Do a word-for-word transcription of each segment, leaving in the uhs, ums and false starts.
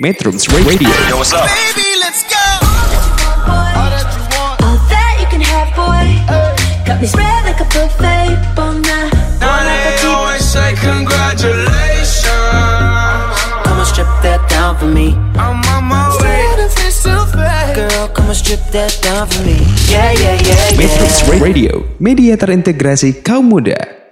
Metrums Radio. Yo, what's up? Baby, let's go. All that you want, All that you can have, boy. Got me spread like a buffet, bon now. now they always say congratulations. Come on, strip that down for me. I'm on my way. Girl, come on, strip that down for me. Yeah, yeah, yeah, Metrums yeah. Radio, media terintegrasi kaum muda.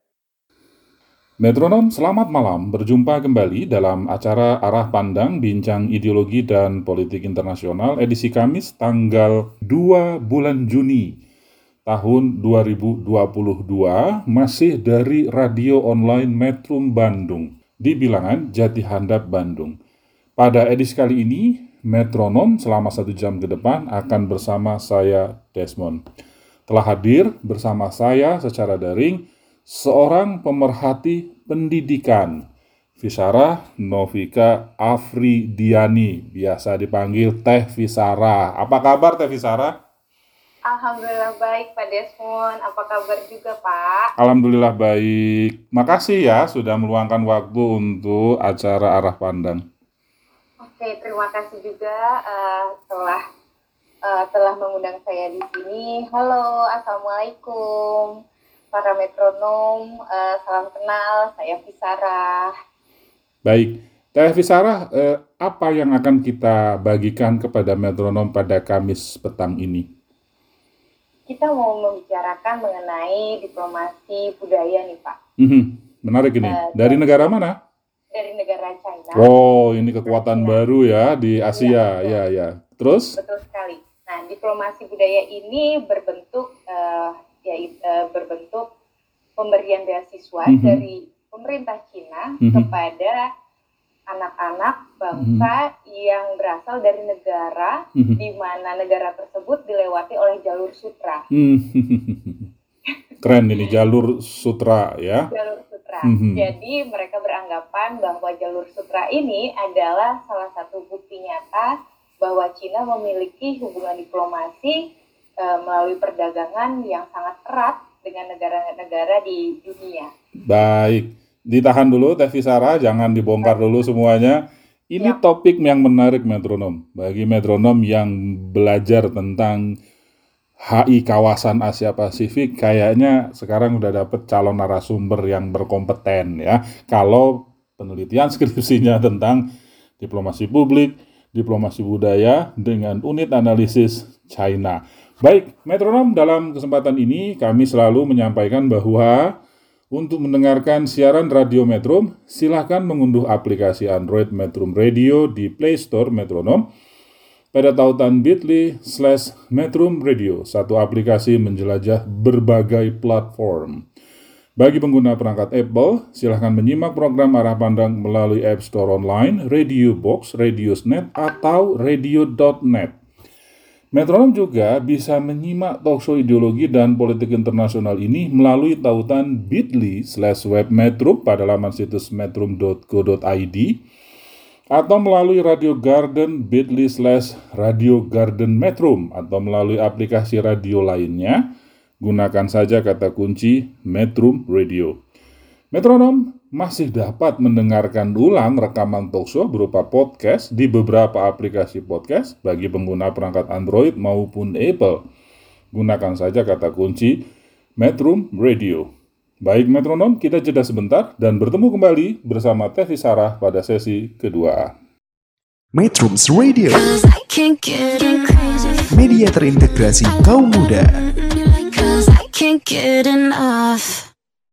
Metronom, selamat malam. Berjumpa kembali dalam acara Arah Pandang Bincang Ideologi dan Politik Internasional edisi Kamis tanggal dua bulan Juni tahun dua ribu dua puluh dua, masih dari radio online Metrum Bandung di bilangan Jati Handap Bandung. Pada edisi kali ini, Metronom selama satu jam ke depan akan bersama saya, Desmond. Telah hadir bersama saya secara daring seorang pemerhati pendidikan, Visara Novika Afridiani, biasa dipanggil Teh Visara. Apa kabar Teh Visara? Alhamdulillah baik Pak Desmond, apa kabar juga Pak? Alhamdulillah baik. Makasih ya sudah meluangkan waktu untuk acara Arah Pandang. Oke, terima kasih juga uh, telah uh, telah mengundang saya di sini. Halo, assalamualaikum. Para metronom, uh, salam kenal, saya Visara. Baik, Teh Visara, eh, apa yang akan kita bagikan kepada metronom pada Kamis petang ini? Kita mau membicarakan mengenai diplomasi budaya nih Pak. Mhm, menarik ini. Eh, Dari negara mana? Dari negara China. Oh, ini kekuatan baru ya di Asia, Iya, betul. ya ya. Terus? Betul sekali. Nah, diplomasi budaya ini berbentuk uh, ya uh, berbentuk pemberian beasiswa Mhm. dari pemerintah Cina Mhm. kepada anak-anak bangsa yang berasal dari negara Mhm. di mana negara tersebut dilewati oleh jalur sutra. Hmm. Keren ini jalur sutra ya. Jalur sutra. Mhm. Jadi mereka beranggapan bahwa jalur sutra ini adalah salah satu bukti nyata bahwa Cina memiliki hubungan diplomasi eh, melalui perdagangan yang sangat erat dengan negara-negara di dunia. Baik, ditahan dulu Teh Visara, jangan dibongkar dulu semuanya. Ini Ya. topik yang menarik metronom. Bagi metronom yang belajar tentang H I kawasan Asia Pasifik, kayaknya sekarang udah dapet calon narasumber yang berkompeten ya. Kalau penelitian skripsinya tentang diplomasi publik, diplomasi budaya dengan unit analisis China. Baik, metronom, dalam kesempatan ini kami selalu menyampaikan bahwa untuk mendengarkan siaran radio Metrum, silakan mengunduh aplikasi Android Metrum Radio di Play Store Metronom pada tautan bit.ly slash Metrum Radio. Satu aplikasi menjelajah berbagai platform. Bagi pengguna perangkat Apple, silakan menyimak program Arah Pandang melalui App Store Online, Radio Box, Radiosnet, atau radio dot net. Metronom juga bisa menyimak talkshow ideologi dan politik internasional ini melalui tautan bit.ly slash webmetrum pada laman situs metrum dot co dot id atau melalui Radio Garden bit.ly slash Radio Garden Metrum atau melalui aplikasi radio lainnya. Gunakan saja kata kunci Metrum Radio. Metronom masih dapat mendengarkan ulang rekaman talkshow berupa podcast di beberapa aplikasi podcast bagi pengguna perangkat Android maupun Apple. Gunakan saja kata kunci Metrum Radio. Baik metronom, kita jeda sebentar dan bertemu kembali bersama Teh Visara pada sesi kedua. Metrums Radio, Cause I can't get enough. media terintegrasi kaum muda. Cause I can't get enough.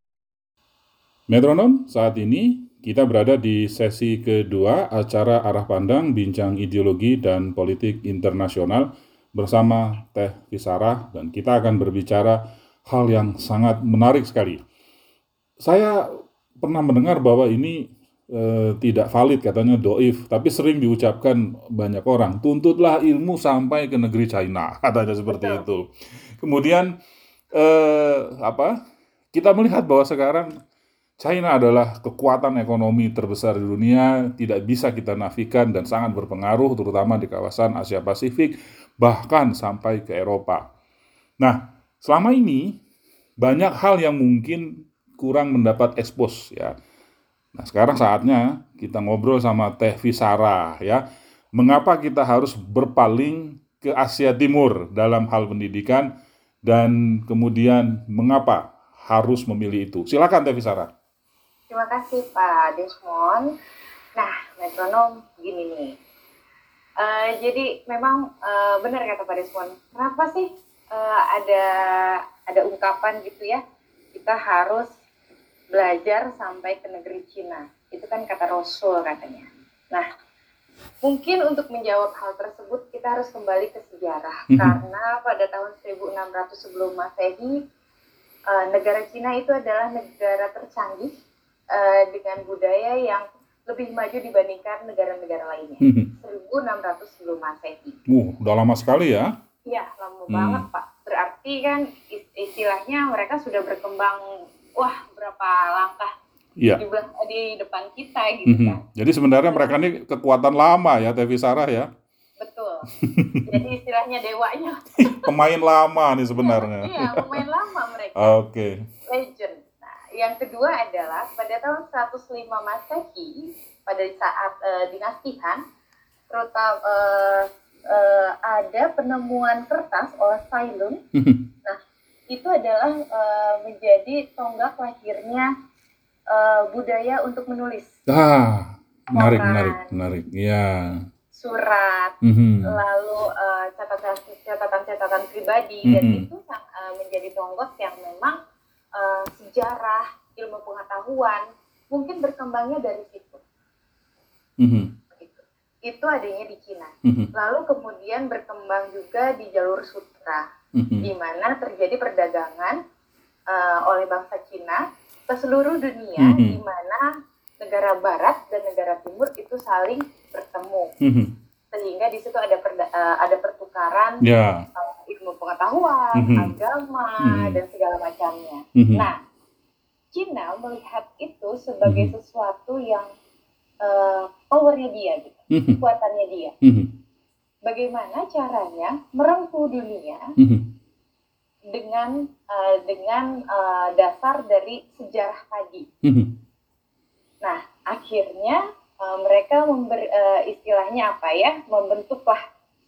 Metronom, saat ini kita berada di sesi kedua acara Arah Pandang Bincang Ideologi dan Politik Internasional bersama Teh Visara, dan kita akan berbicara hal yang sangat menarik sekali. Saya pernah mendengar bahwa ini eh, tidak valid, katanya doif, tapi sering diucapkan banyak orang, tuntutlah ilmu sampai ke negeri China, katanya seperti Betul. itu. Kemudian eh, apa? Kita melihat bahwa sekarang China adalah kekuatan ekonomi terbesar di dunia, tidak bisa kita nafikan dan sangat berpengaruh terutama di kawasan Asia Pasifik, bahkan sampai ke Eropa. Nah, selama ini banyak hal yang mungkin kurang mendapat ekspos ya. Nah, sekarang saatnya kita ngobrol sama Teh Visara ya. Mengapa kita harus berpaling ke Asia Timur dalam hal pendidikan dan kemudian mengapa harus memilih itu? Silakan Teh Visara. Terima kasih Pak Desmond. Nah, metronom gini nih. Uh, jadi memang uh, benar kata Pak Desmond. Kenapa sih uh, ada ada ungkapan gitu ya? Kita harus belajar sampai ke negeri Cina. Itu kan kata Rasul katanya. Nah, mungkin untuk menjawab hal tersebut kita harus kembali ke sejarah. Mm-hmm. Karena pada tahun seribu enam ratus sebelum Masehi, uh, negara Cina itu adalah negara tercanggih uh, dengan budaya yang lebih maju dibandingkan negara-negara lainnya. Mm-hmm. seribu enam ratus sebelum Masehi. Uh, udah lama sekali ya? Iya, lama hmm. banget Pak. Berarti kan istilahnya mereka sudah berkembang, wah berapa langkah ya. di, di depan kita gitu mm-hmm. kan. Jadi sebenarnya mereka ini kekuatan lama ya, Teh Visara ya? Betul. Jadi istilahnya dewanya. Pemain lama nih sebenarnya. Iya, pemain lama mereka. Oke. Okay. Legend. Nah, yang kedua adalah pada tahun seratus lima Masehi, pada saat uh, dinasti Han, terutama uh, uh, ada penemuan kertas oleh Cai Lun. Nah, itu adalah uh, menjadi tonggak lahirnya uh, budaya untuk menulis. Ah, menarik, Orang, menarik, menarik. Ya. Surat, mm-hmm. lalu uh, catatan catatan-catatan pribadi, mm-hmm. dan itu uh, menjadi tonggak yang memang uh, sejarah, ilmu pengetahuan mungkin berkembangnya dari situ. Mm-hmm. Gitu. Itu adanya di Cina. Mm-hmm. Lalu kemudian berkembang juga di jalur sutra. Mm-hmm. Di mana terjadi perdagangan uh, oleh bangsa Cina ke seluruh dunia, mm-hmm. di mana negara Barat dan negara Timur itu saling bertemu, mm-hmm. sehingga di situ ada perda- uh, ada pertukaran yeah. uh, ilmu pengetahuan, mm-hmm. agama, mm-hmm. dan segala macamnya. Mm-hmm. Nah, Cina melihat itu sebagai mm-hmm. sesuatu yang uh, powernya dia, gitu, mm-hmm. kekuatannya dia. Mm-hmm. Bagaimana caranya merengkuh dunia mm-hmm. dengan uh, dengan uh, dasar dari sejarah tadi. Mm-hmm. Nah, akhirnya uh, mereka member, uh, istilahnya apa ya, membentuklah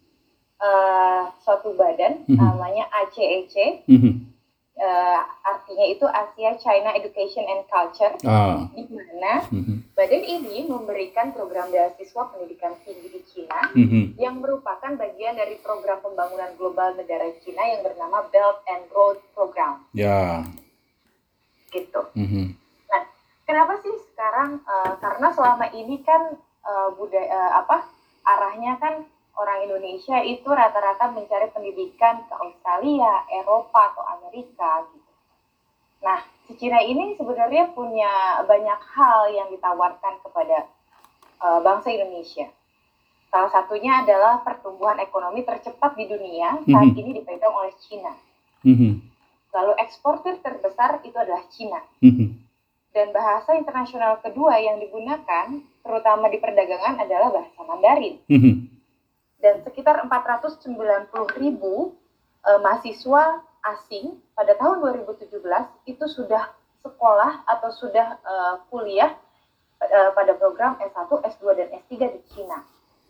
uh, suatu badan mm-hmm. namanya A C E C. Mm-hmm. Uh, artinya itu Asia China Education and Culture, ah. di mana mm-hmm. badan ini memberikan program beasiswa pendidikan tinggi di Cina mm-hmm. yang merupakan bagian dari program pembangunan global negara Cina yang bernama Belt and Road Program. Ya. Yeah. Gitu. Mm-hmm. Nah, kenapa sih sekarang? Uh, karena selama ini kan uh, budaya uh, apa arahnya kan orang Indonesia itu rata-rata mencari pendidikan ke Australia, Eropa, atau Amerika gitu. Nah, si Cina ini sebenarnya punya banyak hal yang ditawarkan kepada uh, bangsa Indonesia. Salah satunya adalah pertumbuhan ekonomi tercepat di dunia saat mm-hmm. ini dipegang oleh Cina. Mm-hmm. Lalu eksportir terbesar itu adalah Cina. Mm-hmm. Dan bahasa internasional kedua yang digunakan, terutama di perdagangan, adalah bahasa Mandarin. Mm-hmm. Dan sekitar empat ratus sembilan puluh ribu uh, mahasiswa asing pada tahun dua ribu tujuh belas itu sudah sekolah atau sudah uh, kuliah uh, pada program S satu, S dua, dan S tiga di Cina.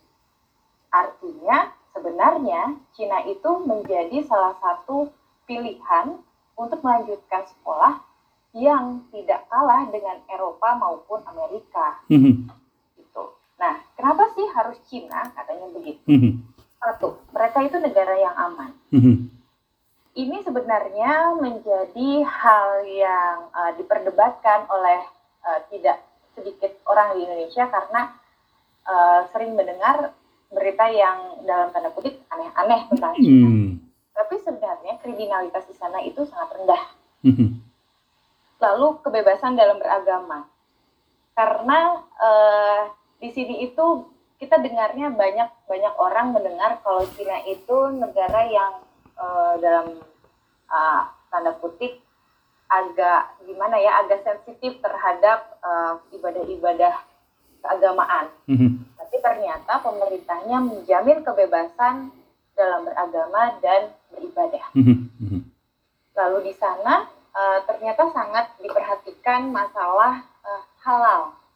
Artinya sebenarnya Cina itu menjadi salah satu pilihan untuk melanjutkan sekolah yang tidak kalah dengan Eropa maupun Amerika. Mm-hmm. Nah, kenapa sih harus Cina? Katanya begitu. Mm-hmm. Satu, mereka itu negara yang aman. Mm-hmm. Ini sebenarnya menjadi hal yang uh, diperdebatkan oleh uh, tidak sedikit orang di Indonesia karena uh, sering mendengar berita yang dalam tanda kutip aneh-aneh tentang Cina. Mm-hmm. Tapi sebenarnya kriminalitas di sana itu sangat rendah. Mm-hmm. Lalu kebebasan dalam beragama. Karena uh, di sini itu kita dengarnya banyak banyak orang mendengar kalau Cina itu negara yang uh, dalam uh, tanda kutip agak gimana ya agak sensitif terhadap uh, ibadah-ibadah keagamaan. Mm-hmm. Tapi ternyata pemerintahnya menjamin kebebasan dalam beragama dan beribadah. Mm-hmm. Lalu di sana uh, ternyata sangat diperhatikan masalah uh, halal.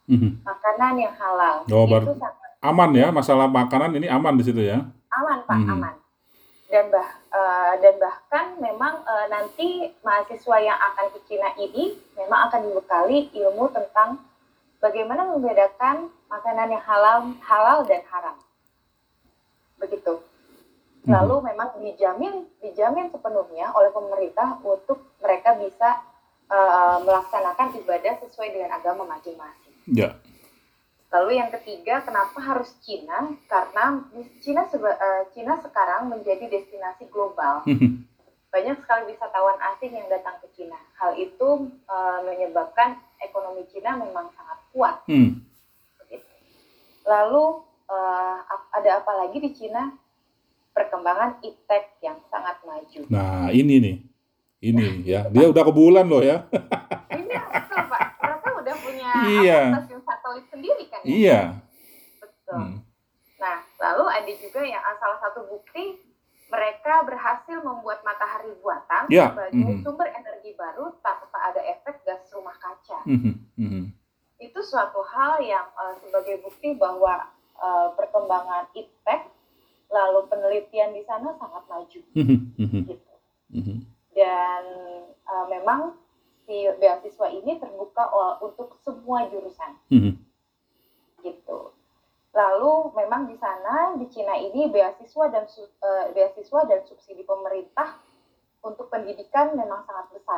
Mhm. makanan yang halal. Oh, Itu ber- sangat aman ya, masalah makanan ini aman di situ ya. aman, Pak, Mhm. aman. Dan bah eh, dan bahkan memang eh, nanti mahasiswa yang akan ke Cina ini memang akan dibekali ilmu tentang bagaimana membedakan makanan yang halal, halal dan haram. Begitu. Lalu memang dijamin dijamin sepenuhnya oleh pemerintah untuk mereka bisa eh, melaksanakan ibadah sesuai dengan agama masing-masing. Ya. Lalu yang ketiga, kenapa harus Cina? Karena Cina seba- eh, Cina sekarang menjadi destinasi global. Mhm. Banyak sekali wisatawan asing yang datang ke Cina. Hal itu eh, menyebabkan ekonomi Cina memang sangat kuat. Hmm. Begitu. Lalu eh, ap- ada apa lagi di Cina? Perkembangan iptek yang sangat maju. Nah, ini nih. Ini ya. Dia udah ke bulan loh ya. Ini betul, Pak. Mereka udah punya Iya. apa, stasiun satelit sendiri kan ya? Iya. Betul. Hmm. Nah, lalu ada juga yang salah satu bukti mereka berhasil membuat matahari buatan Ya, sebagai mhm. sumber energi baru tanpa ada efek gas rumah kaca. Mhm. Mhm. Itu suatu hal yang eh, sebagai bukti bahwa eh, perkembangan iptek lalu penelitian di sana sangat maju. Mhm. Mhm. Gitu. Mhm. Dan eh, memang si beasiswa ini terbuka eh, untuk semua jurusan. Mhm. Gitu. Lalu memang di sana di Cina ini beasiswa dan su- eh, beasiswa dan subsidi pemerintah untuk pendidikan memang sangat besar.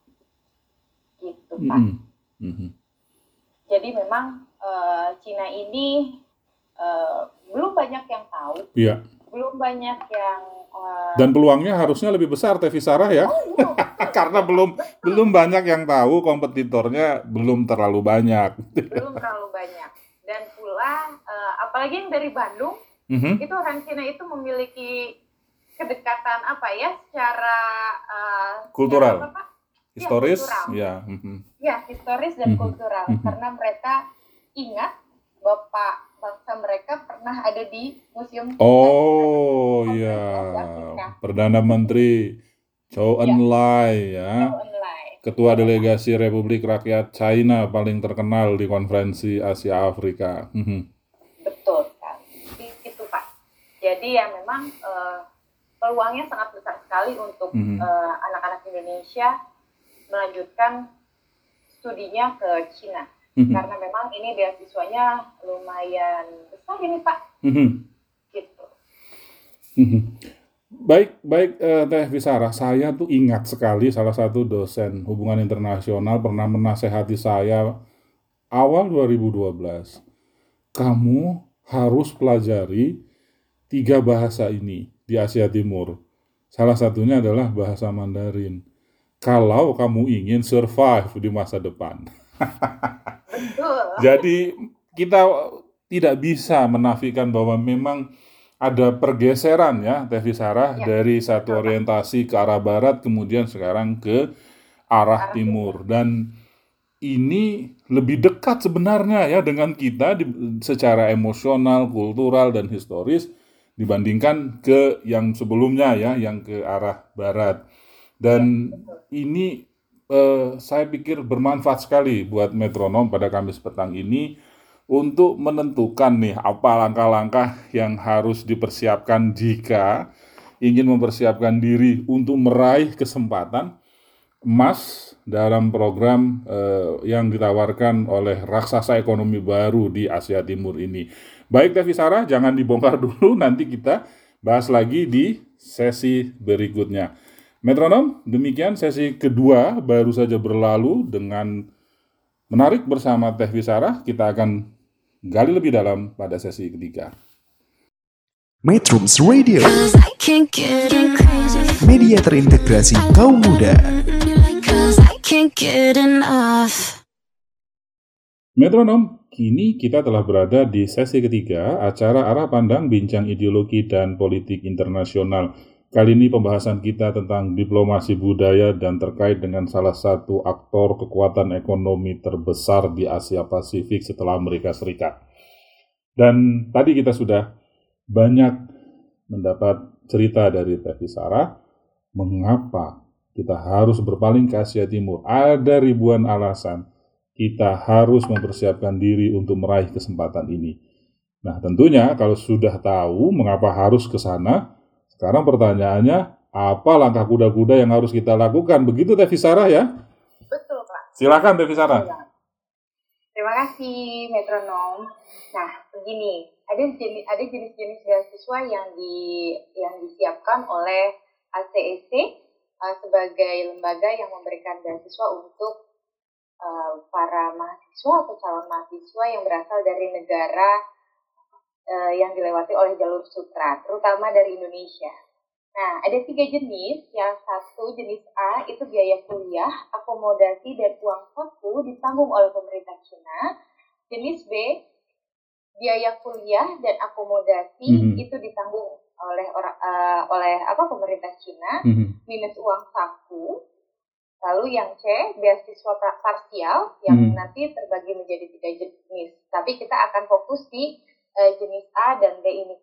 Gitu, Pak. Mhm. Mhm. Jadi memang eh, Cina ini eh, belum banyak yang tahu, Iya. belum banyak yang eh, Dan peluangnya harusnya lebih besar, Teh Sarah ya. iya, betul, Karena belum belum banyak yang tahu, kompetitornya belum terlalu banyak. belum terlalu banyak. Dan pula eh, apalagi yang dari Bandung, Mhm. itu orang Cina itu memiliki kedekatan apa ya secara eh, Kultural. secara apa, Pak? Historis, kultural. ya. Mhm. Ya, historis dan Mhm. kultural. Mhm. Karena mereka ingat bapak bangsa mereka pernah ada di museum. Oh Konferensi ya, Afrika. Perdana Menteri Zhou Enlai ya, Online. Ketua Delegasi Republik Rakyat China paling terkenal di konferensi Asia Afrika. Mhm. Betul sekali. Itu Pak. Jadi ya memang eh, peluangnya sangat besar sekali untuk Mhm. eh, anak-anak Indonesia melanjutkan studinya ke Cina. Mhm. Karena memang ini beasiswanya lumayan besar ini Pak. Mhm. Gitu. Mhm. Baik, baik eh, Teh Sarah, saya tuh ingat sekali salah satu dosen hubungan internasional pernah menasehati saya awal dua ribu dua belas. Kamu harus pelajari tiga bahasa ini di Asia Timur. Salah satunya adalah bahasa Mandarin. Kalau kamu ingin survive di masa depan. Betul. Jadi kita tidak bisa menafikan bahwa memang ada pergeseran ya, Teh Sarah, Ya, dari satu betul, Pak. orientasi ke arah barat kemudian sekarang ke arah Arah timur. Dan ini lebih dekat sebenarnya ya dengan kita di- secara emosional, kultural dan historis dibandingkan ke yang sebelumnya ya, yang ke arah barat. Dan ini eh, saya pikir bermanfaat sekali buat metronom pada Kamis petang ini untuk menentukan nih apa langkah-langkah yang harus dipersiapkan jika ingin mempersiapkan diri untuk meraih kesempatan emas dalam program eh, yang ditawarkan oleh raksasa ekonomi baru di Asia Timur ini. Baik Teh Sarah, jangan dibongkar dulu, nanti kita bahas lagi di sesi berikutnya. Metronom, demikian sesi kedua baru saja berlalu dengan menarik bersama Teh Sarah. Kita akan gali lebih dalam pada sesi ketiga. Metrums Radio, Cause I can't get enough. media terintegrasi kaum muda. Cause I can't get enough. Metronom, kini kita telah berada di sesi ketiga acara Arah Pandang Bincang Ideologi dan Politik Internasional. Kali ini pembahasan kita tentang diplomasi budaya dan terkait dengan salah satu aktor kekuatan ekonomi terbesar di Asia Pasifik setelah Amerika Serikat. Dan tadi kita sudah banyak mendapat cerita dari Teh Sarah mengapa kita harus berpaling ke Asia Timur. Ada ribuan alasan. kita harus mempersiapkan diri untuk meraih kesempatan ini. Nah, tentunya kalau sudah tahu mengapa harus ke sana, sekarang pertanyaannya, apa langkah kuda-kuda yang harus kita lakukan? Begitu Teh Fisara ya? Betul, Pak. Silakan Teh Fisara. Terima kasih, metronom. Nah, begini, ada jenis ada jenis-jenis beasiswa yang di yang disiapkan oleh A C E C uh, sebagai lembaga yang memberikan beasiswa untuk uh, para mahasiswa atau calon mahasiswa yang berasal dari negara uh, yang dilewati oleh jalur sutra, terutama dari Indonesia. Nah, ada tiga jenis. Yang satu, jenis A, itu biaya kuliah, akomodasi, dan uang saku ditanggung oleh pemerintah Cina. Jenis B, biaya kuliah dan akomodasi mm-hmm. itu ditanggung oleh orang uh, oleh apa pemerintah Cina, mm-hmm. minus uang saku. Lalu yang C, beasiswa parsial yang mm-hmm. nanti terbagi menjadi tiga jenis. Tapi kita akan fokus di uh, jenis A dan B ini.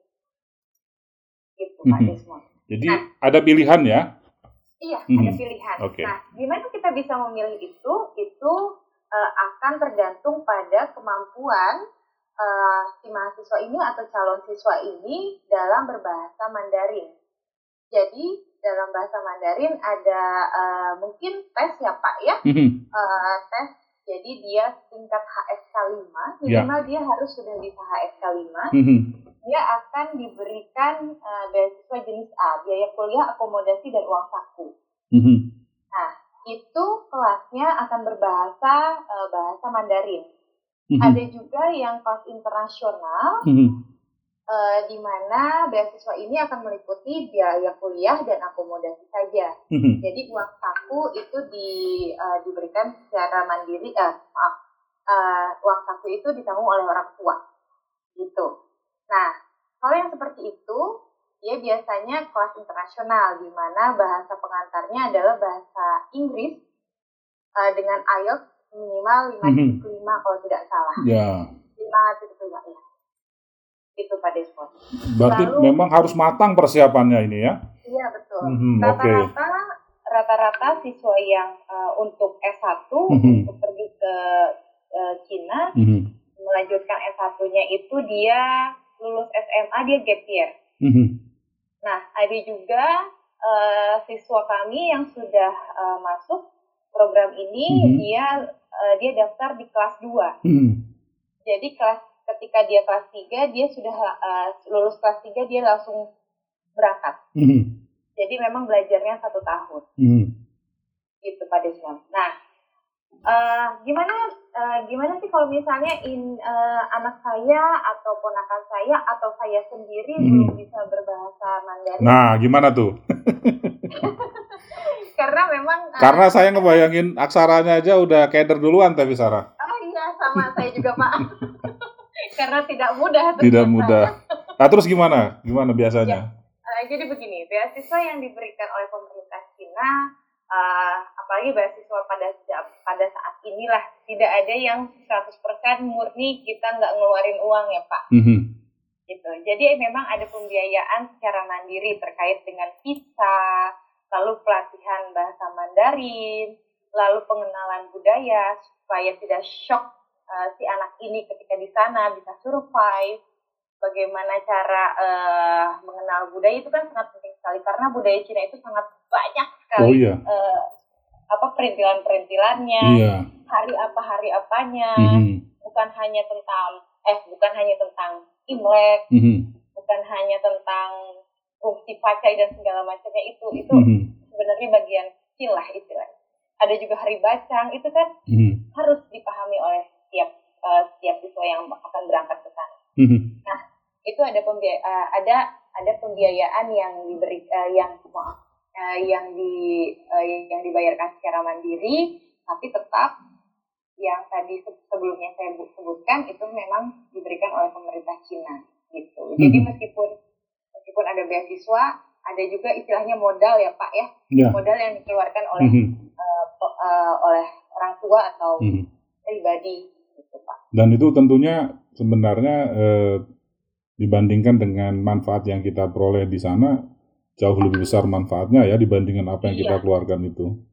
Gitu, mm-hmm. Pak Desmond. Jadi nah, ada pilihan ya? Iya, hmm. ada pilihan. Okay. Nah, gimana kita bisa memilih itu? Itu uh, akan tergantung pada kemampuan uh, si mahasiswa ini atau calon siswa ini dalam berbahasa Mandarin. Jadi, dalam bahasa Mandarin ada uh, mungkin tes ya Pak ya? Hmm. Uh, tes, jadi dia tingkat H S K lima, minimal yeah. dia harus sudah bisa H S K lima. Hmm. Dia akan diberikan uh, beasiswa jenis A, biaya kuliah, akomodasi, dan uang saku. Mm-hmm. Nah, itu kelasnya akan berbahasa uh, bahasa Mandarin. Mm-hmm. Ada juga yang kelas internasional, mm-hmm. uh, di mana beasiswa ini akan meliputi biaya kuliah dan akomodasi saja. Mm-hmm. Jadi uang saku itu di, uh, diberikan secara mandiri, uh, maaf, uh, uang saku itu ditanggung oleh orang tua, gitu. Nah, kalau yang seperti itu, dia biasanya kelas internasional, di mana bahasa pengantarnya adalah bahasa Inggris uh, dengan I E L T S minimal lima titik lima mm-hmm. kalau tidak salah. Ya. lima titik lima, ya. Itu Pak Desmond. Berarti Lalu, memang harus matang persiapannya ini ya? Iya, betul. Mm-hmm, rata-rata, okay. rata-rata siswa yang uh, untuk S satu, mm-hmm. untuk pergi ke uh, Cina, mm-hmm. melanjutkan S satu-nya itu dia lulus S M A, dia gap year. Mm-hmm. Nah, ada juga uh, siswa kami yang sudah uh, masuk program ini, mm-hmm. dia uh, dia daftar di kelas dua. Mm-hmm. Jadi kelas ketika dia kelas tiga, dia sudah uh, lulus kelas tiga, dia langsung berangkat. Mm-hmm. Jadi memang belajarnya satu tahun. Mm-hmm. Gitu Pak Desmond. Nah, Uh, gimana uh, gimana sih kalau misalnya in, uh, anak saya atau ponakan saya atau saya sendiri hmm. belum bisa berbahasa Mandarin? Nah, gimana tuh? Karena memang uh, karena saya ngebayangin aksaranya aja udah keder duluan Teh Fisara. Oh iya, sama saya juga Pak. Karena tidak mudah. Tidak mudah. Nah, terus gimana? Gimana biasanya? Ya. Uh, jadi begini, beasiswa yang diberikan oleh pemerintah Cina, Uh, apalagi beasiswa pada pada saat inilah tidak ada yang seratus persen murni kita nggak ngeluarin uang ya Pak. Mm-hmm. Gitu. Jadi memang ada pembiayaan secara mandiri terkait dengan visa, lalu pelatihan bahasa Mandarin, lalu pengenalan budaya supaya tidak shock uh, si anak ini ketika di sana bisa survive. Bagaimana cara uh, mengenal budaya itu kan sangat penting sekali karena budaya Cina itu sangat banyak sekali. Oh, iya. uh, apa perintilan-perintilannya, iya. hari apa hari apanya, mm-hmm. bukan hanya tentang eh bukan hanya tentang Imlek, mm-hmm. bukan hanya tentang fungsi pacai dan segala macamnya itu itu mm-hmm. sebenarnya bagian kecil lah istilahnya. Ada juga hari bacang itu kan mm-hmm. harus dipahami oleh setiap uh, setiap siswa yang akan berangkat ke sana. Mm-hmm. Nah, itu ada pembiaya, uh, ada ada pembiayaan yang diberi uh, yang maaf uh, yang di uh, yang dibayarkan secara mandiri, tapi tetap yang tadi sebelumnya saya sebutkan itu memang diberikan oleh pemerintah Cina gitu. Mm-hmm. Jadi meskipun meskipun ada beasiswa, ada juga istilahnya modal ya Pak ya, yeah. modal yang dikeluarkan oleh mm-hmm. uh, uh, oleh orang tua atau mm-hmm. pribadi gitu Pak. Dan itu tentunya sebenarnya eh, dibandingkan dengan manfaat yang kita peroleh di sana jauh lebih besar manfaatnya ya dibandingkan apa yang iya. kita keluarkan itu.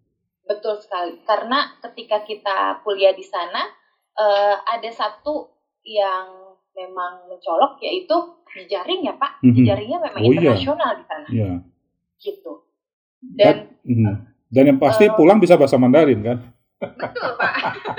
Betul sekali. Karena ketika kita kuliah di sana, uh, ada satu yang memang mencolok, yaitu jejaring ya Pak. Mm-hmm. Jejaringnya memang oh, internasional iya. di sana. Iya. Gitu. Dan, Dan, mm, dan yang pasti uh, pulang bisa bahasa Mandarin kan? Betul Pak.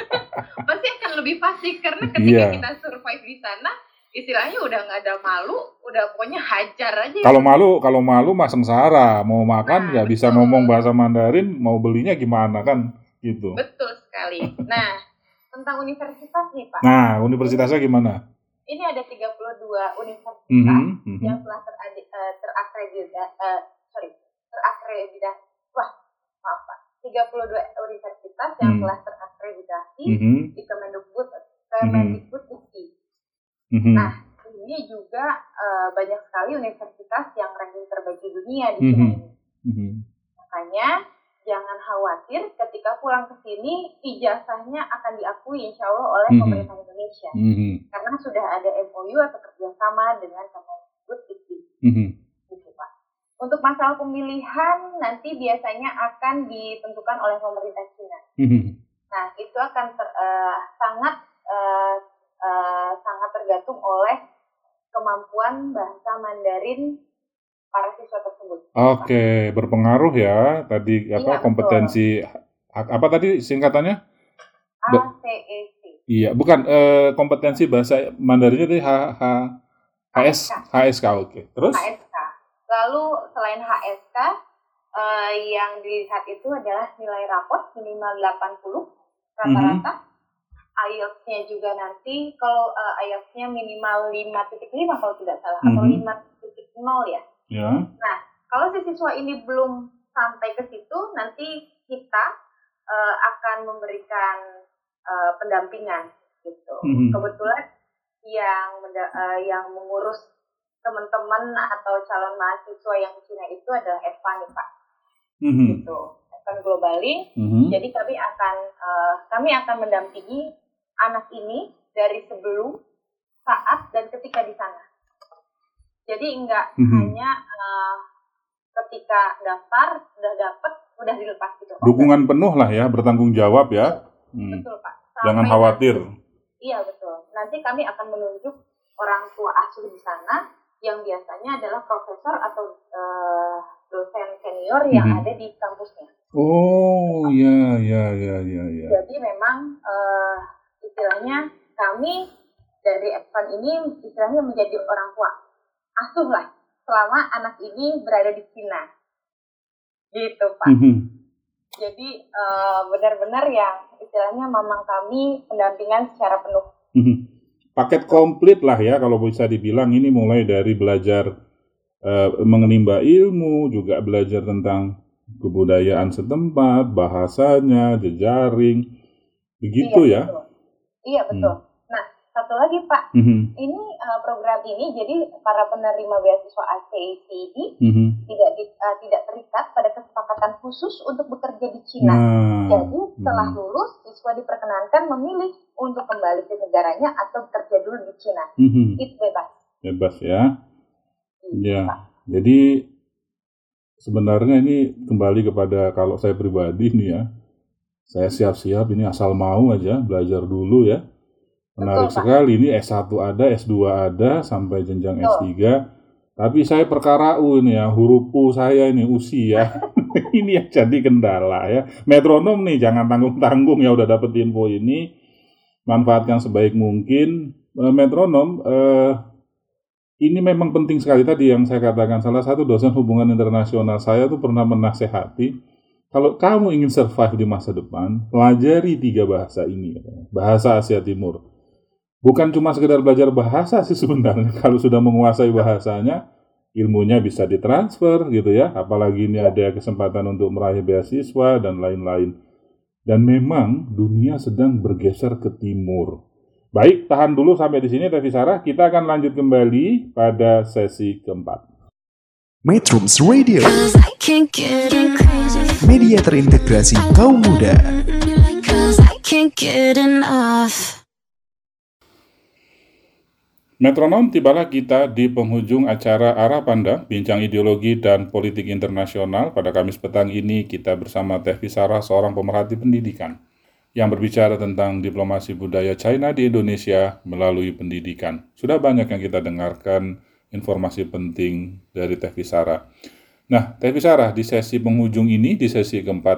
Pasti akan lebih fasih karena ketika yeah. kita survive di sana, istilahnya udah nggak ada malu, udah pokoknya hajar aja. Kalau malu, kalau malu mah sengsara. Mau makan nah, ya bisa ngomong bahasa Mandarin, mau belinya gimana kan gitu. Betul sekali. Nah, tentang universitas nih Pak. Nah, universitasnya gimana? Ini ada tiga puluh dua universitas mm-hmm, mm-hmm. yang telah teradi, uh, terakreditasi, uh, sorry, terakreditasi. Wah, maaf Pak. tiga puluh dua universitas yang mm. telah terakreditasi mm-hmm. di Kemendikbud Kemendikbud U I. Mm-hmm. Nah, ini juga uh, banyak sekali universitas yang ranking terbaik di dunia di China ini. Mm-hmm. Makanya jangan khawatir ketika pulang ke sini ijazahnya akan diakui insya Allah oleh mm-hmm. pemerintah Indonesia. Mm-hmm. Karena sudah ada M O U atau kerjasama dengan Kemendikbud U I. Mm-hmm. Gitu, Pak. Untuk masalah pemilihan nanti biasanya akan ditentukan oleh pemerintah China. Mm-hmm. Nah, itu akan ter, uh, sangat uh, Uh, sangat tergantung oleh kemampuan bahasa Mandarin para siswa tersebut. Oke, okay, berpengaruh ya tadi apa iya, kompetensi betul. Apa tadi singkatannya? A C E C. Iya, bukan uh, kompetensi bahasa Mandarinnya tadi H H H S H S K oke. Okay. Terus? H S K. Lalu selain H S K uh, yang dilihat itu adalah nilai rapot minimal delapan puluh rata-rata. Mm-hmm. I E L T S-nya juga nanti, kalau uh, I E L T S-nya minimal lima titik lima kalau tidak salah, mm-hmm. atau lima titik nol ya. Yeah. Nah, kalau si siswa ini belum sampai ke situ, nanti kita uh, akan memberikan uh, pendampingan gitu. Mm-hmm. Kebetulan yang menda- uh, yang mengurus teman-teman atau calon mahasiswa yang di Cina itu adalah Eva nih Pak. Mm-hmm. Gitu. Evan Globally. Mm-hmm. Jadi kami akan uh, kami akan mendampingi anak ini dari sebelum, saat, dan ketika di sana. Jadi enggak mm-hmm. hanya uh, ketika daftar, udah dapet, udah dilepas gitu. Dukungan penuh lah ya, bertanggung jawab ya. Hmm. Betul Pak. Sampai jangan khawatir. Nanti, iya betul. Nanti kami akan menunjuk orang tua asuh di sana, yang biasanya adalah profesor atau uh, dosen senior yang mm-hmm. ada di kampusnya. Oh, ya, ya, ya, ya, ya. Jadi memang uh, istilahnya kami dari Evan ini istilahnya menjadi orang tua asuh lah selama anak ini berada di Cina gitu Pak. Mm-hmm. Jadi uh, benar-benar yang istilahnya mamang kami pendampingan secara penuh. Mm-hmm. Paket komplit lah ya kalau bisa dibilang, ini mulai dari belajar uh, menimba ilmu, juga belajar tentang kebudayaan setempat, bahasanya, jejaring, begitu iya, ya. Betul. Iya betul. Hmm. Nah, satu lagi Pak, mm-hmm. ini uh, program ini jadi para penerima beasiswa A C E C ini mm-hmm. tidak di, uh, tidak terikat pada kesepakatan khusus untuk bekerja di Cina. Nah. Jadi setelah mm-hmm. lulus, siswa diperkenankan memilih untuk kembali ke negaranya atau bekerja dulu di Cina. Mm-hmm. Itu bebas. Bebas ya. Iya. Ya. Jadi sebenarnya ini kembali kepada kalau saya pribadi nih ya. Saya siap-siap ini asal mau aja belajar dulu ya. Menarik Betul, sekali ini S satu ada, S dua ada, sampai jenjang Betul. S tiga. Tapi saya perkara U ini ya, huruf U saya ini usia. Ini yang jadi kendala ya. Metronom nih jangan tanggung-tanggung ya, udah dapet info ini. Manfaatkan sebaik mungkin. Metronom eh, ini memang penting sekali tadi yang saya katakan. Salah satu dosen hubungan internasional saya tuh pernah menasehati, kalau kamu ingin survive di masa depan, pelajari tiga bahasa ini. Bahasa Asia Timur. Bukan cuma sekedar belajar bahasa sih sebenarnya. Kalau sudah menguasai bahasanya, ilmunya bisa ditransfer gitu ya. Apalagi ini ada kesempatan untuk meraih beasiswa dan lain-lain. Dan memang dunia sedang bergeser ke timur. Baik, tahan dulu sampai di sini Teh Sarah. Kita akan lanjut kembali pada sesi keempat. Metrums Radio, media terintegrasi kaum muda. Metronom, tibalah kita di penghujung acara Arah Pandang, Bincang Ideologi dan Politik Internasional. Pada Kamis petang ini kita bersama Teh Fisarah, seorang pemerhati pendidikan, yang berbicara tentang diplomasi budaya China di Indonesia melalui pendidikan. Sudah banyak yang kita dengarkan informasi penting dari Teh Fisarah. Nah, Teh Fisarah, di sesi penghujung ini, di sesi keempat,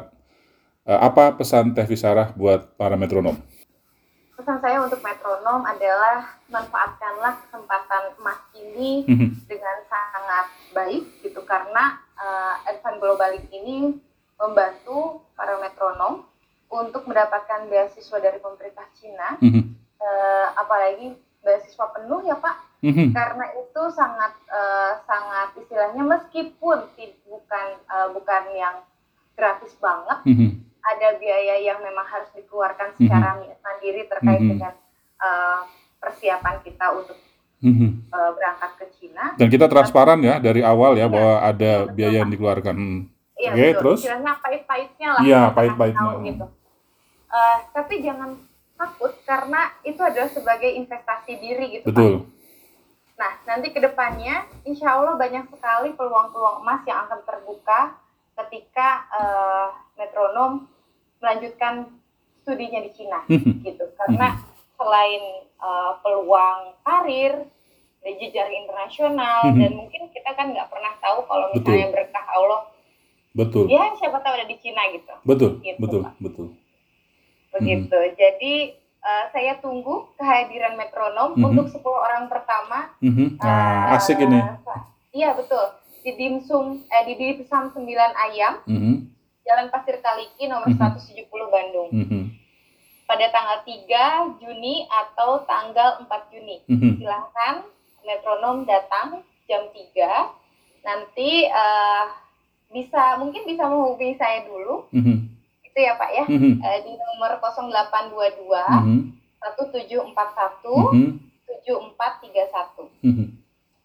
apa pesan Teh Fisarah buat para metronom? Pesan saya untuk metronom adalah manfaatkanlah kesempatan emas ini Mhm. dengan sangat baik gitu, karena uh, Advance Global ini membantu para metronom untuk mendapatkan beasiswa dari pemerintah Cina, Mhm. uh, apalagi beasiswa penuh ya Pak, Mhm. karena itu sangat uh, sangat istilahnya meskipun ti- bukan uh, bukan yang gratis banget, Mhm. ada biaya yang memang harus dikeluarkan secara mandiri terkait Mhm. dengan uh, persiapan kita untuk Mhm. uh, berangkat ke Cina. Dan kita transparan ya dari awal ya, Iya, bahwa ada iya, betul, biaya yang Pak. dikeluarkan. Hmm. Iya Oke, betul, terus? istilahnya pahit-pahitnya lah. Iya, kita pahit-pahitnya. kasih tahu gitu. Uh, tapi jangan takut karena itu adalah sebagai investasi diri gitu Betul. Pak. Nah, nanti ke depannya insya Allah banyak sekali peluang-peluang emas yang akan terbuka ketika uh, metronom melanjutkan studinya di Cina Mhm. gitu. Karena selain uh, peluang karir, ada jejaring internasional, Mhm. dan mungkin kita kan nggak pernah tahu kalau misalnya Betul. berkah Allah, Betul. ya siapa tahu ada di Cina gitu. Betul. Gitu, Betul. Pak. Betul. Begitu. Jadi uh, saya tunggu kehadiran metronom Mhm. untuk sepuluh orang pertama. Mhm. Nah, Uh, asik ini. Iya betul. Di Dimsum, eh, di Dimsum sembilan Ayam, Mhm. Jalan Pasir Kaliki nomor Mhm. seratus tujuh puluh Bandung. Mhm. Pada tanggal tiga Juni atau tanggal empat Juni. Mhm. Silahkan metronom datang jam tiga. Nanti uh, bisa mungkin bisa menghubungi saya dulu. Mhm. Itu ya Pak ya. Mhm. Uh, di nomor nol delapan dua dua Mhm. satu tujuh empat satu Mhm. tujuh empat tiga satu. Mhm.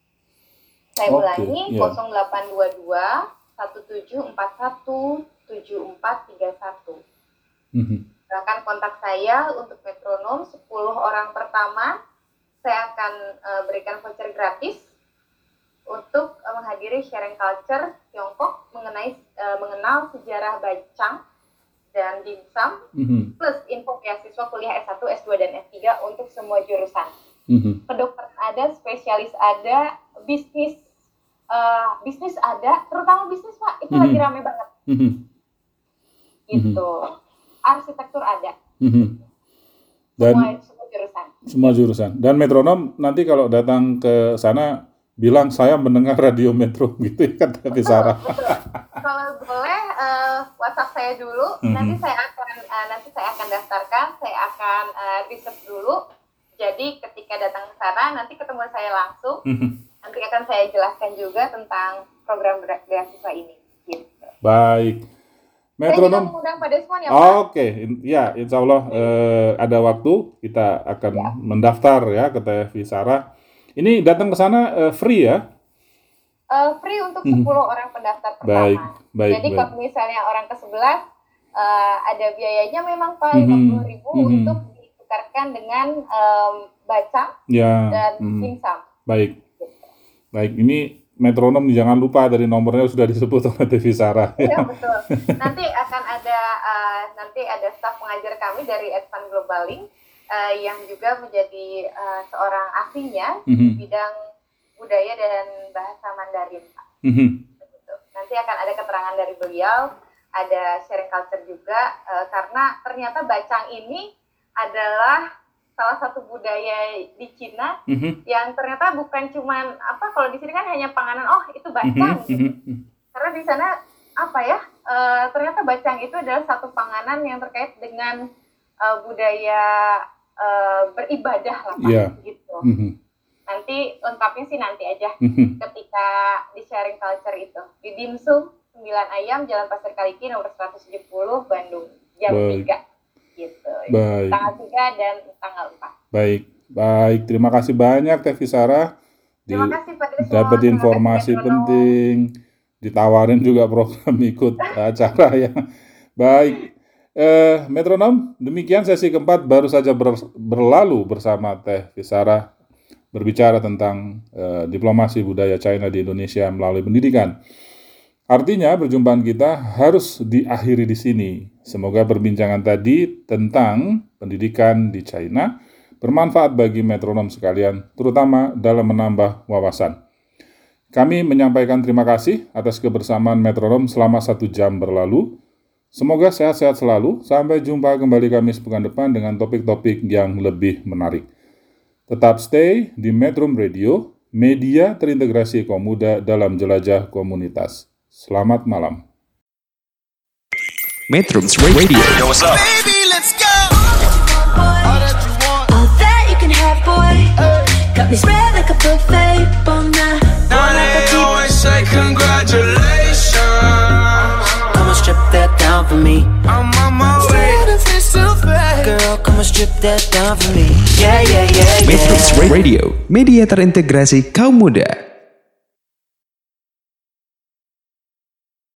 Saya Oke, ulangi iya. nol delapan dua dua satu tujuh empat satu tujuh empat tiga satu. Mhm. Silakan kontak saya untuk metronom sepuluh orang pertama. Saya akan uh, berikan voucher gratis untuk uh, menghadiri sharing culture Tiongkok mengenai uh, mengenal sejarah bacang dan dimsum, Mhm. plus info beasiswa kuliah S satu, S dua, dan S tiga untuk semua jurusan. Mhm. Kedokteran ada, spesialis ada, bisnis uh, bisnis ada, terutama bisnis Pak, itu Mhm. lagi rame banget Mhm. gitu. Arsitektur ada, Mhm. Dan semua, semua jurusan. semua jurusan. Dan metronom nanti kalau datang ke sana bilang saya mendengar radio Metro gitu ya, kata Teh Fisarah. Betul. Kalau boleh uh, WhatsApp saya dulu, Mhm. nanti saya akan uh, nanti saya akan daftarkan, saya akan uh, riset dulu. Jadi ketika datang ke sana nanti ketemu saya langsung, Mhm. nanti akan saya jelaskan juga tentang program ber- beasiswa ini. Gitu. Baik. Saya juga Metronom. mengundang Pak Desmond ya Pak. Oke, in- ya insya Allah eh, ada waktu kita akan Ya. mendaftar ya ke Teh Fisarah. Ini datang ke sana eh, free ya? Uh, free untuk Mhm. sepuluh orang pendaftar pertama. Baik, baik, Jadi baik. kalau misalnya orang ke sebelas uh, ada biayanya memang Pak Mhm. lima puluh ribu Mhm. untuk ditukarkan dengan um, bacang Ya. dan mhm. dimsum. Baik, baik. Ini metronom jangan lupa dari nomornya sudah disebut oleh Teh Fisarah. Iya betul. Nanti akan ada uh, nanti ada staf pengajar kami dari Advance Globaling uh, yang juga menjadi uh, seorang ahlinya di Mhm. bidang budaya dan bahasa Mandarin Pak. Mhm. Begitu. Nanti akan ada keterangan dari beliau, ada sharing culture juga, uh, karena ternyata bacang ini adalah salah satu budaya di Cina Mhm. yang ternyata bukan cuman apa, kalau di sini kan hanya panganan, oh itu bacang Mhm. gitu. Mhm. Karena di sana apa ya, uh, ternyata bacang itu adalah satu panganan yang terkait dengan uh, budaya uh, beribadah lah Pak, Iya. gitu. Mhm. Nanti lengkapnya sih nanti aja Mhm. ketika di sharing culture itu di Dimsum sembilan Ayam, Jalan Pasir Kaliki nomor seratus tujuh puluh Bandung jam Baik. tiga gitu. Baik. Tanggal tiga dan tanggal empat. Baik, baik. Terima kasih banyak Teh Fisarah. Di- Terima kasih Pak Desmond. dapat Terima informasi kasih, Metronom. penting, ditawarin juga program ikut acara ya. Baik, eh, metronom, demikian sesi keempat baru saja ber- berlalu bersama Teh Fisarah berbicara tentang uh, diplomasi budaya China di Indonesia melalui pendidikan. Artinya perjumpaan kita harus diakhiri di sini. Semoga perbincangan tadi tentang pendidikan di China bermanfaat bagi metronom sekalian, terutama dalam menambah wawasan. Kami menyampaikan terima kasih atas kebersamaan metronom selama satu jam berlalu. Semoga sehat-sehat selalu. Sampai jumpa kembali Kamis pekan depan dengan topik-topik yang lebih menarik. Tetap stay di Metrum Radio, media terintegrasi kaum muda dalam jelajah komunitas. Selamat malam. Metrums Radio. Yo, what's up? Baby, let's go. All that you want, all that you can have, boy. Got me spread like a buffet, bon night. Now they always say congratulations. Come and strip that down for me. I'm on my way. Girl, come and strip that down for me. Yeah, yeah, yeah, yeah. Metrums Radio, media terintegrasi kaum muda.